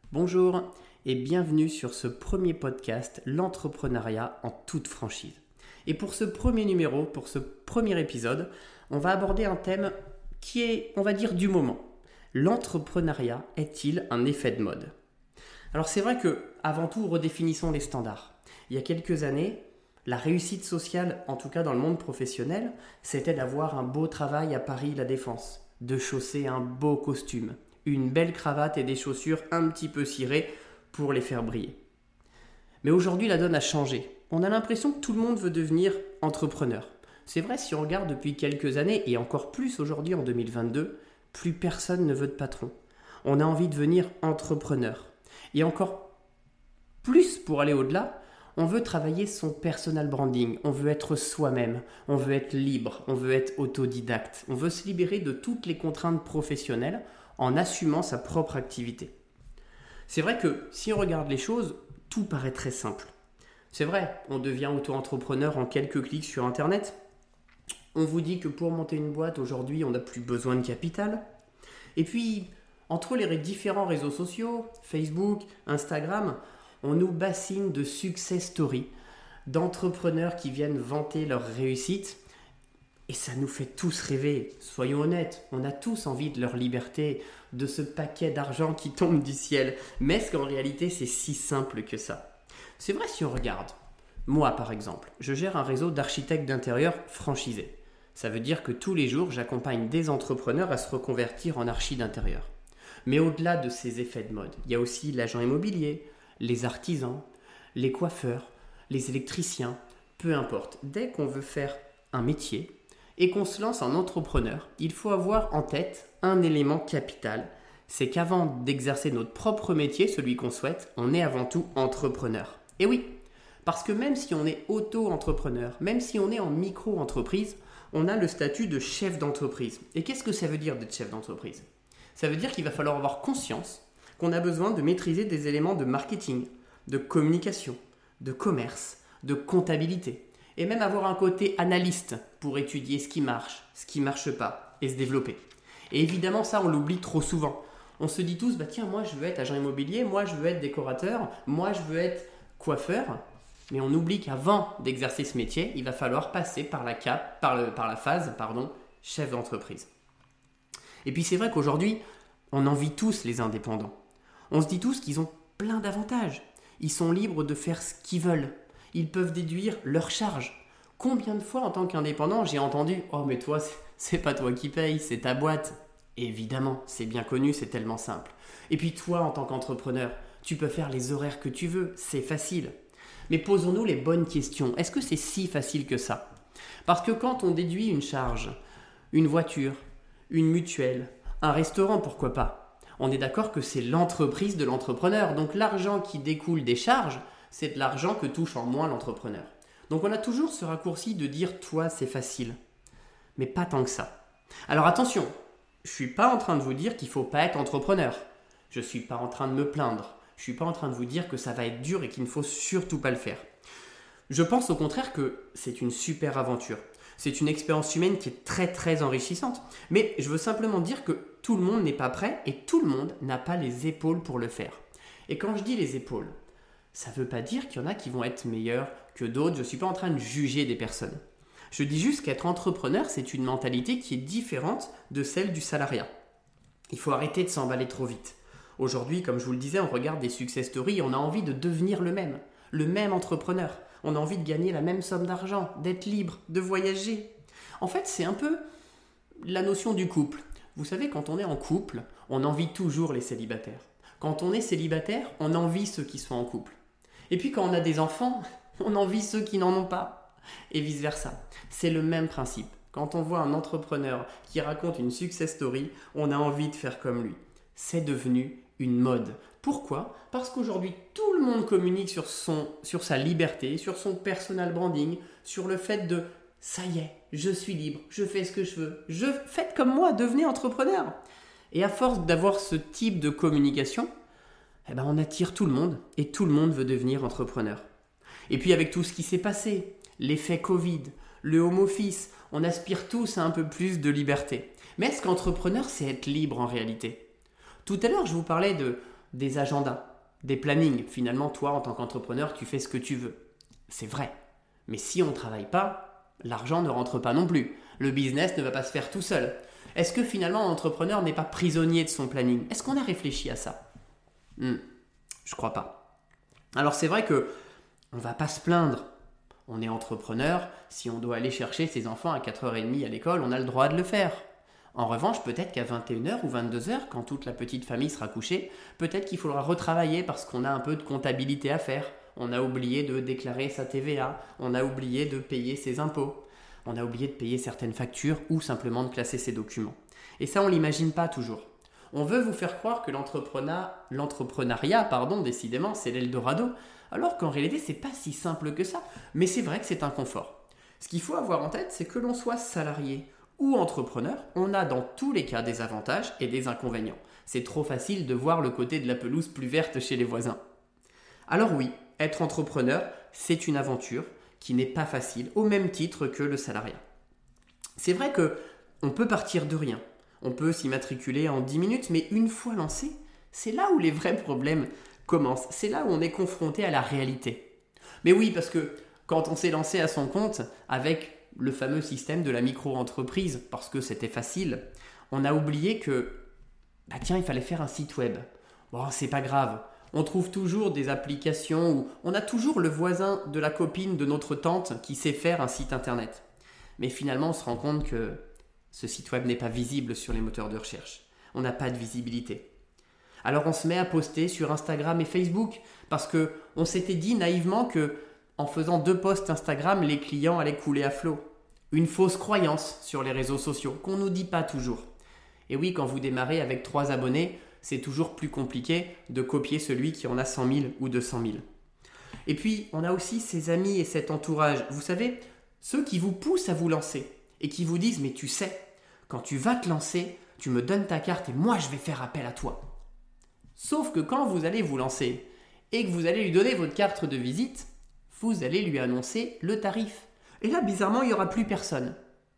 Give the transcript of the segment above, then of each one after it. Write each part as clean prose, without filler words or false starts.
Bonjour et bienvenue sur ce premier podcast, l'entrepreneuriat en toute franchise. Et pour ce premier numéro, pour ce premier épisode, on va aborder un thème qui est, on va dire, du moment. L'entrepreneuriat est-il un effet de mode ? Alors c'est vrai que, avant tout, redéfinissons les standards. Il y a quelques années, la réussite sociale, en tout cas dans le monde professionnel, c'était d'avoir un beau travail à Paris La Défense, de chausser un beau costume, une belle cravate et des chaussures un petit peu cirées pour les faire briller. Mais aujourd'hui, la donne a changé. On a l'impression que tout le monde veut devenir entrepreneur. C'est vrai, si on regarde depuis quelques années, et encore plus aujourd'hui en 2022, plus personne ne veut de patron. On a envie de devenir entrepreneur. Et encore plus, pour aller au-delà, on veut travailler son personal branding, on veut être soi-même, on veut être libre, on veut être autodidacte, on veut se libérer de toutes les contraintes professionnelles en assumant sa propre activité. C'est vrai que si on regarde les choses, tout paraît très simple. C'est vrai, on devient auto-entrepreneur en quelques clics sur Internet. On vous dit que pour monter une boîte, aujourd'hui, on n'a plus besoin de capital. Et puis, entre les différents réseaux sociaux, Facebook, Instagram, on nous bassine de success stories, d'entrepreneurs qui viennent vanter leur réussite. Et ça nous fait tous rêver, soyons honnêtes, on a tous envie de leur liberté, de ce paquet d'argent qui tombe du ciel. Mais est-ce qu'en réalité c'est si simple que ça ? C'est vrai si on regarde. Moi par exemple, je gère un réseau d'architectes d'intérieur franchisés. Ça veut dire que tous les jours, j'accompagne des entrepreneurs à se reconvertir en archi d'intérieur. Mais au-delà de ces effets de mode, il y a aussi l'agent immobilier, les artisans, les coiffeurs, les électriciens, peu importe. Dès qu'on veut faire un métier, et qu'on se lance en entrepreneur, il faut avoir en tête un élément capital. C'est qu'avant d'exercer notre propre métier, celui qu'on souhaite, on est avant tout entrepreneur. Et oui, parce que même si on est auto-entrepreneur, même si on est en micro-entreprise, on a le statut de chef d'entreprise. Et qu'est-ce que ça veut dire d'être chef d'entreprise ? Ça veut dire qu'il va falloir avoir conscience qu'on a besoin de maîtriser des éléments de marketing, de communication, de commerce, de comptabilité. Et même avoir un côté analyste pour étudier ce qui marche pas et se développer. Et évidemment, ça, on l'oublie trop souvent. On se dit tous, tiens, moi je veux être agent immobilier, moi je veux être décorateur, moi je veux être coiffeur. Mais on oublie qu'avant d'exercer ce métier, il va falloir passer par la phase chef d'entreprise. Et puis c'est vrai qu'aujourd'hui, on envie tous les indépendants. On se dit tous qu'ils ont plein d'avantages. Ils sont libres de faire ce qu'ils veulent. Ils peuvent déduire leurs charges. Combien de fois en tant qu'indépendant j'ai entendu « Oh mais toi, c'est pas toi qui paye, c'est ta boîte ». Évidemment, c'est bien connu, c'est tellement simple. Et puis toi en tant qu'entrepreneur, tu peux faire les horaires que tu veux, c'est facile. Mais posons-nous les bonnes questions. Est-ce que c'est si facile que ça ? Parce que quand on déduit une charge, une voiture, une mutuelle, un restaurant, pourquoi pas ? On est d'accord que c'est l'entreprise de l'entrepreneur. Donc l'argent qui découle des charges, c'est de l'argent que touche en moins l'entrepreneur. Donc on a toujours ce raccourci de dire « toi, c'est facile ». Mais pas tant que ça. Alors attention, je ne suis pas en train de vous dire qu'il ne faut pas être entrepreneur. Je ne suis pas en train de me plaindre. Je ne suis pas en train de vous dire que ça va être dur et qu'il ne faut surtout pas le faire. Je pense au contraire que c'est une super aventure. C'est une expérience humaine qui est très très enrichissante. Mais je veux simplement dire que tout le monde n'est pas prêt et tout le monde n'a pas les épaules pour le faire. Et quand je dis les épaules, ça ne veut pas dire qu'il y en a qui vont être meilleurs que d'autres. Je ne suis pas en train de juger des personnes. Je dis juste qu'être entrepreneur, c'est une mentalité qui est différente de celle du salariat. Il faut arrêter de s'emballer trop vite. Aujourd'hui, comme je vous le disais, on regarde des success stories et on a envie de devenir le même entrepreneur. On a envie de gagner la même somme d'argent, d'être libre, de voyager. En fait, c'est un peu la notion du couple. Vous savez, quand on est en couple, on envie toujours les célibataires. Quand on est célibataire, on envie ceux qui sont en couple. Et puis quand on a des enfants, on envie ceux qui n'en ont pas. Et vice-versa. C'est le même principe. Quand on voit un entrepreneur qui raconte une success story, on a envie de faire comme lui. C'est devenu une mode. Pourquoi ? Parce qu'aujourd'hui, tout le monde communique sur sa liberté, sur son personal branding, sur le fait de « ça y est, je suis libre, je fais ce que je veux, faites comme moi, devenez entrepreneur ». Et à force d'avoir ce type de communication, on attire tout le monde et tout le monde veut devenir entrepreneur. Et puis avec tout ce qui s'est passé, l'effet Covid, le home office, on aspire tous à un peu plus de liberté. Mais est-ce qu'entrepreneur, c'est être libre en réalité ? Tout à l'heure, je vous parlais des agendas, des plannings. Finalement, toi, en tant qu'entrepreneur, tu fais ce que tu veux. C'est vrai. Mais si on ne travaille pas, l'argent ne rentre pas non plus. Le business ne va pas se faire tout seul. Est-ce que finalement, l'entrepreneur n'est pas prisonnier de son planning? Est-ce qu'on a réfléchi à ça? Je crois pas. Alors c'est vrai que on va pas se plaindre. On est entrepreneur, si on doit aller chercher ses enfants à 4h30 à l'école, on a le droit de le faire. En revanche, peut-être qu'à 21h ou 22h, quand toute la petite famille sera couchée, peut-être qu'il faudra retravailler parce qu'on a un peu de comptabilité à faire. On a oublié de déclarer sa TVA, on a oublié de payer ses impôts, on a oublié de payer certaines factures ou simplement de classer ses documents. Et ça, on ne l'imagine pas toujours. On veut vous faire croire que l'entrepreneuriat, décidément, c'est l'Eldorado, alors qu'en réalité, c'est pas si simple que ça. Mais c'est vrai que c'est un confort. Ce qu'il faut avoir en tête, c'est que l'on soit salarié ou entrepreneur, on a dans tous les cas des avantages et des inconvénients. C'est trop facile de voir le côté de la pelouse plus verte chez les voisins. Alors oui, être entrepreneur, c'est une aventure qui n'est pas facile, au même titre que le salariat. C'est vrai qu'on peut partir de rien. On peut s'immatriculer en 10 minutes, mais une fois lancé, c'est là où les vrais problèmes commencent. C'est là où on est confronté à la réalité. Mais oui, parce que quand on s'est lancé à son compte avec le fameux système de la micro-entreprise, parce que c'était facile, on a oublié que, il fallait faire un site web. Bon, c'est pas grave. On trouve toujours des applications où on a toujours le voisin de la copine de notre tante qui sait faire un site internet. Mais finalement, on se rend compte que ce site web n'est pas visible sur les moteurs de recherche. On n'a pas de visibilité. Alors on se met à poster sur Instagram et Facebook parce qu'on s'était dit naïvement que en faisant 2 posts Instagram, les clients allaient couler à flot. Une fausse croyance sur les réseaux sociaux qu'on ne nous dit pas toujours. Et oui, quand vous démarrez avec 3 abonnés, c'est toujours plus compliqué de copier celui qui en a 100 000 ou 200 000. Et puis, on a aussi ses amis et cet entourage. Vous savez, ceux qui vous poussent à vous lancer et qui vous disent « Mais tu sais, quand tu vas te lancer, tu me donnes ta carte et moi je vais faire appel à toi. » Sauf que quand vous allez vous lancer et que vous allez lui donner votre carte de visite, vous allez lui annoncer le tarif. Et là, bizarrement, il n'y aura plus personne.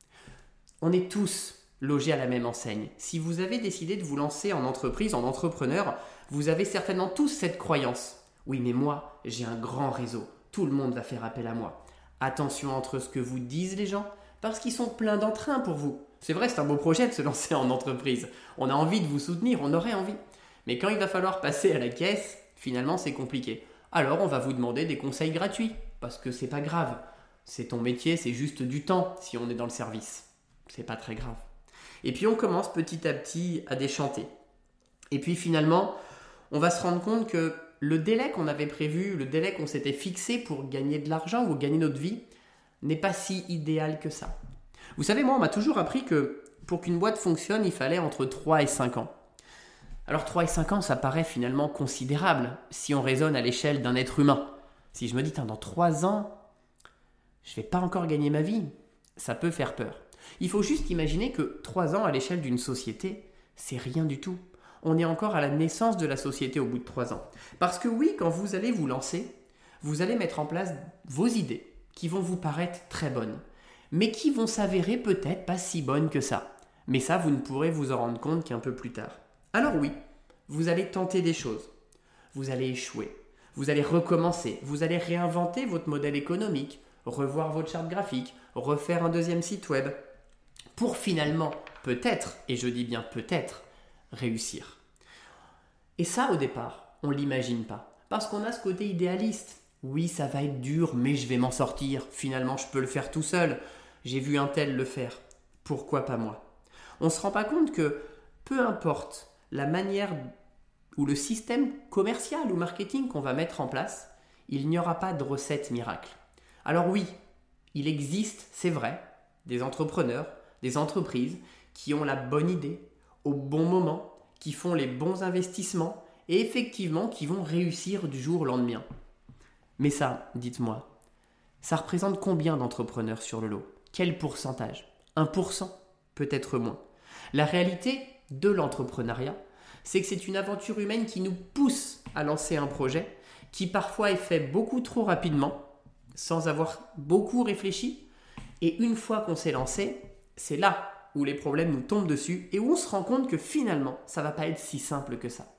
On est tous logés à la même enseigne. Si vous avez décidé de vous lancer en entreprise, en entrepreneur, vous avez certainement tous cette croyance. Oui, mais moi, j'ai un grand réseau. Tout le monde va faire appel à moi. Attention entre ce que vous disent les gens, parce qu'ils sont pleins d'entrain pour vous. C'est vrai, c'est un beau projet de se lancer en entreprise. On a envie de vous soutenir, on aurait envie. Mais quand il va falloir passer à la caisse, finalement, c'est compliqué. Alors, on va vous demander des conseils gratuits, parce que c'est pas grave. C'est ton métier, c'est juste du temps si on est dans le service. C'est pas très grave. Et puis, on commence petit à petit à déchanter. Et puis, finalement, on va se rendre compte que le délai qu'on avait prévu, le délai qu'on s'était fixé pour gagner de l'argent ou gagner notre vie, n'est pas si idéal que ça. Vous savez, moi, on m'a toujours appris que pour qu'une boîte fonctionne, il fallait entre 3 et 5 ans. Alors 3 et 5 ans, ça paraît finalement considérable si on raisonne à l'échelle d'un être humain. Si je me dis, dans 3 ans, je ne vais pas encore gagner ma vie, ça peut faire peur. Il faut juste imaginer que 3 ans à l'échelle d'une société, c'est rien du tout. On est encore à la naissance de la société au bout de 3 ans. Parce que oui, quand vous allez vous lancer, vous allez mettre en place vos idées qui vont vous paraître très bonnes, mais qui vont s'avérer peut-être pas si bonnes que ça. Mais ça, vous ne pourrez vous en rendre compte qu'un peu plus tard. Alors oui, vous allez tenter des choses, vous allez échouer, vous allez recommencer, vous allez réinventer votre modèle économique, revoir votre charte graphique, refaire un 2e site web, pour finalement, peut-être, et je dis bien peut-être, réussir. Et ça, au départ, on ne l'imagine pas, parce qu'on a ce côté idéaliste. Oui, ça va être dur, mais je vais m'en sortir, finalement je peux le faire tout seul, j'ai vu un tel le faire, pourquoi pas moi? On ne se rend pas compte que, peu importe la manière ou le système commercial ou marketing qu'on va mettre en place, il n'y aura pas de recette miracle. Alors oui, il existe, c'est vrai, des entrepreneurs, des entreprises qui ont la bonne idée, au bon moment, qui font les bons investissements et effectivement qui vont réussir du jour au lendemain. Mais ça, dites-moi, ça représente combien d'entrepreneurs sur le lot? Quel pourcentage? 1%? Peut-être moins. La réalité de l'entrepreneuriat, c'est que c'est une aventure humaine qui nous pousse à lancer un projet qui parfois est fait beaucoup trop rapidement, sans avoir beaucoup réfléchi. Et une fois qu'on s'est lancé, c'est là où les problèmes nous tombent dessus et où on se rend compte que finalement, ça ne va pas être si simple que ça.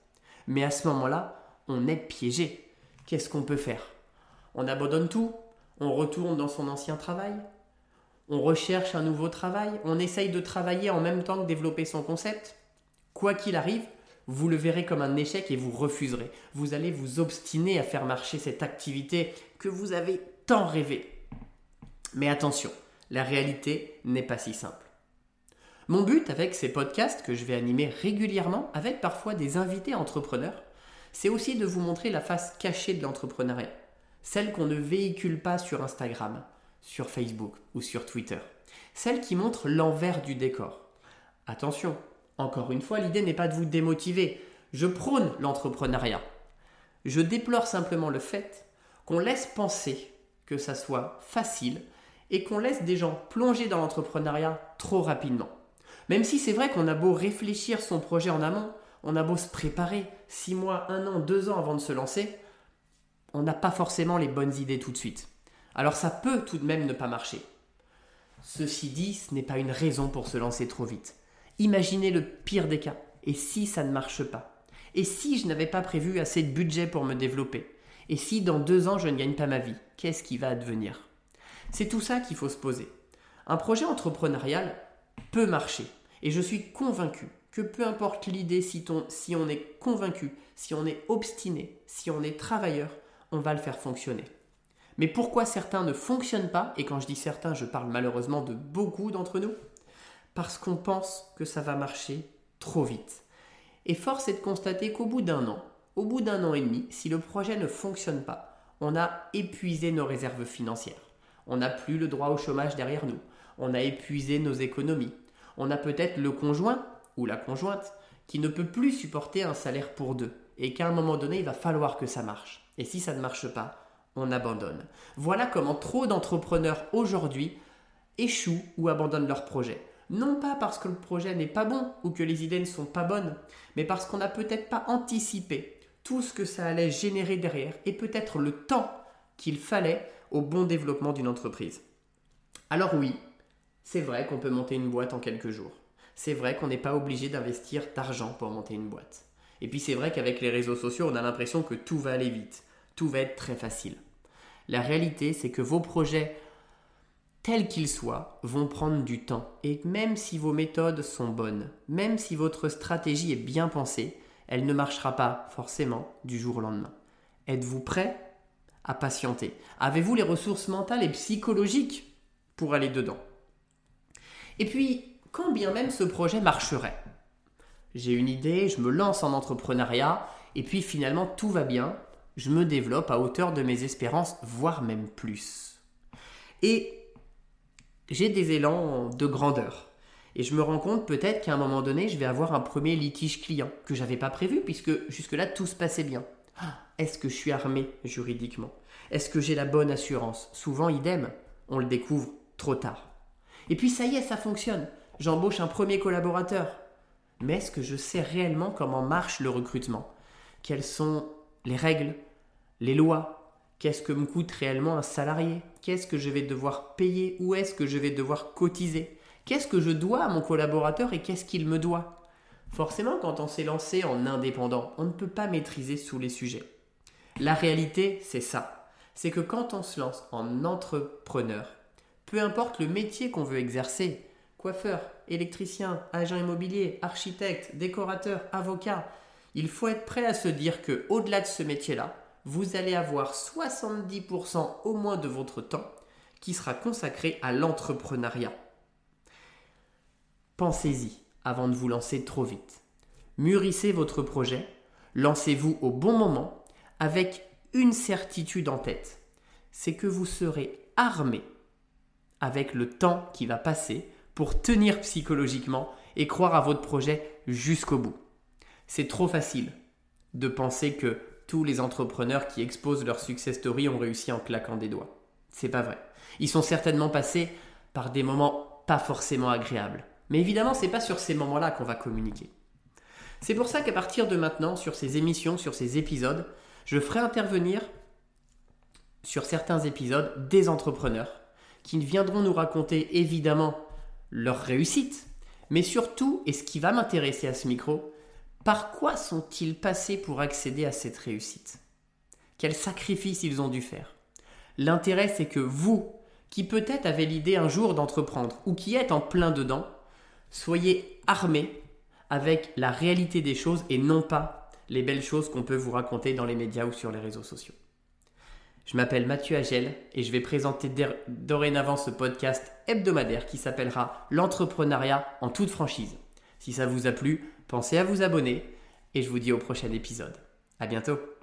Mais à ce moment-là, on est piégé. Qu'est-ce qu'on peut faire? On abandonne tout? On retourne dans son ancien travail? On recherche un nouveau travail? On essaye de travailler en même temps que développer son concept? Quoi qu'il arrive, vous le verrez comme un échec et vous refuserez. Vous allez vous obstiner à faire marcher cette activité que vous avez tant rêvé. Mais attention, la réalité n'est pas si simple. Mon but avec ces podcasts que je vais animer régulièrement, avec parfois des invités entrepreneurs, c'est aussi de vous montrer la face cachée de l'entrepreneuriat, celle qu'on ne véhicule pas sur Instagram, sur Facebook ou sur Twitter, celle qui montre l'envers du décor. Attention, encore une fois, l'idée n'est pas de vous démotiver, je prône l'entrepreneuriat. Je déplore simplement le fait qu'on laisse penser que ça soit facile et qu'on laisse des gens plonger dans l'entrepreneuriat trop rapidement. Même si c'est vrai qu'on a beau réfléchir son projet en amont, on a beau se préparer 6 mois, 1 an, 2 ans avant de se lancer, on n'a pas forcément les bonnes idées tout de suite. Alors ça peut tout de même ne pas marcher. Ceci dit, ce n'est pas une raison pour se lancer trop vite. Imaginez le pire des cas. Et si ça ne marche pas? Et si je n'avais pas prévu assez de budget pour me développer? Et si dans 2 ans je ne gagne pas ma vie? Qu'est-ce qui va advenir? C'est tout ça qu'il faut se poser. Un projet entrepreneurial peut marcher. Et je suis convaincu que peu importe l'idée, si on est convaincu, si on est obstiné, si on est travailleur, on va le faire fonctionner. Mais pourquoi certains ne fonctionnent pas? Et quand je dis certains, je parle malheureusement de beaucoup d'entre nous. Parce qu'on pense que ça va marcher trop vite. Et force est de constater qu'au bout d'un an et demi, si le projet ne fonctionne pas, on a épuisé nos réserves financières. On n'a plus le droit au chômage derrière nous. On a épuisé nos économies. On a peut-être le conjoint ou la conjointe qui ne peut plus supporter un salaire pour 2 et qu'à un moment donné, il va falloir que ça marche. Et si ça ne marche pas, on abandonne. Voilà comment trop d'entrepreneurs aujourd'hui échouent ou abandonnent leur projet. Non pas parce que le projet n'est pas bon ou que les idées ne sont pas bonnes, mais parce qu'on n'a peut-être pas anticipé tout ce que ça allait générer derrière et peut-être le temps qu'il fallait au bon développement d'une entreprise. Alors oui, c'est vrai qu'on peut monter une boîte en quelques jours. C'est vrai qu'on n'est pas obligé d'investir d'argent pour monter une boîte. Et puis c'est vrai qu'avec les réseaux sociaux, on a l'impression que tout va aller vite. Tout va être très facile. La réalité, c'est que vos projets, tels qu'ils soient, vont prendre du temps. Et même si vos méthodes sont bonnes, même si votre stratégie est bien pensée, elle ne marchera pas forcément du jour au lendemain. Êtes-vous prêt à patienter? Avez-vous les ressources mentales et psychologiques pour aller dedans? Et puis, quand bien même ce projet marcherait, j'ai une idée, je me lance en entrepreneuriat, et puis finalement tout va bien, je me développe à hauteur de mes espérances, voire même plus. Et j'ai des élans de grandeur. Et je me rends compte peut-être qu'à un moment donné, je vais avoir un premier litige client que je n'avais pas prévu puisque jusque-là tout se passait bien. Est-ce que je suis armé juridiquement? Est-ce que j'ai la bonne assurance? Souvent, idem, on le découvre trop tard. Et puis ça y est, ça fonctionne. J'embauche un premier collaborateur. Mais est-ce que je sais réellement comment marche le recrutement? Quelles sont les règles, les lois? Qu'est-ce que me coûte réellement un salarié? Qu'est-ce que je vais devoir payer? Où est-ce que je vais devoir cotiser? Qu'est-ce que je dois à mon collaborateur et qu'est-ce qu'il me doit? Forcément, quand on s'est lancé en indépendant, on ne peut pas maîtriser tous les sujets. La réalité, c'est ça. C'est que quand on se lance en entrepreneur, peu importe le métier qu'on veut exercer, coiffeur, électricien, agent immobilier, architecte, décorateur, avocat, il faut être prêt à se dire qu'au-delà de ce métier-là, vous allez avoir 70% au moins de votre temps qui sera consacré à l'entrepreneuriat. Pensez-y avant de vous lancer trop vite. Mûrissez votre projet, lancez-vous au bon moment avec une certitude en tête, c'est que vous serez armé avec le temps qui va passer pour tenir psychologiquement et croire à votre projet jusqu'au bout. C'est trop facile de penser que tous les entrepreneurs qui exposent leur success story ont réussi en claquant des doigts. C'est pas vrai. Ils sont certainement passés par des moments pas forcément agréables. Mais évidemment, c'est pas sur ces moments-là qu'on va communiquer. C'est pour ça qu'à partir de maintenant, sur ces émissions, sur ces épisodes, je ferai intervenir sur certains épisodes des entrepreneurs qui viendront nous raconter évidemment leur réussite, mais surtout, et ce qui va m'intéresser à ce micro, Par quoi sont-ils passés pour accéder à cette réussite ? Quels sacrifices ils ont dû faire ? L'intérêt, c'est que vous, qui peut-être avez l'idée un jour d'entreprendre ou qui êtes en plein dedans, soyez armés avec la réalité des choses et non pas les belles choses qu'on peut vous raconter dans les médias ou sur les réseaux sociaux. Je m'appelle Mathieu Agel et je vais présenter dorénavant ce podcast hebdomadaire qui s'appellera l'entrepreneuriat en toute franchise. Si ça vous a plu, pensez à vous abonner et je vous dis au prochain épisode. À bientôt.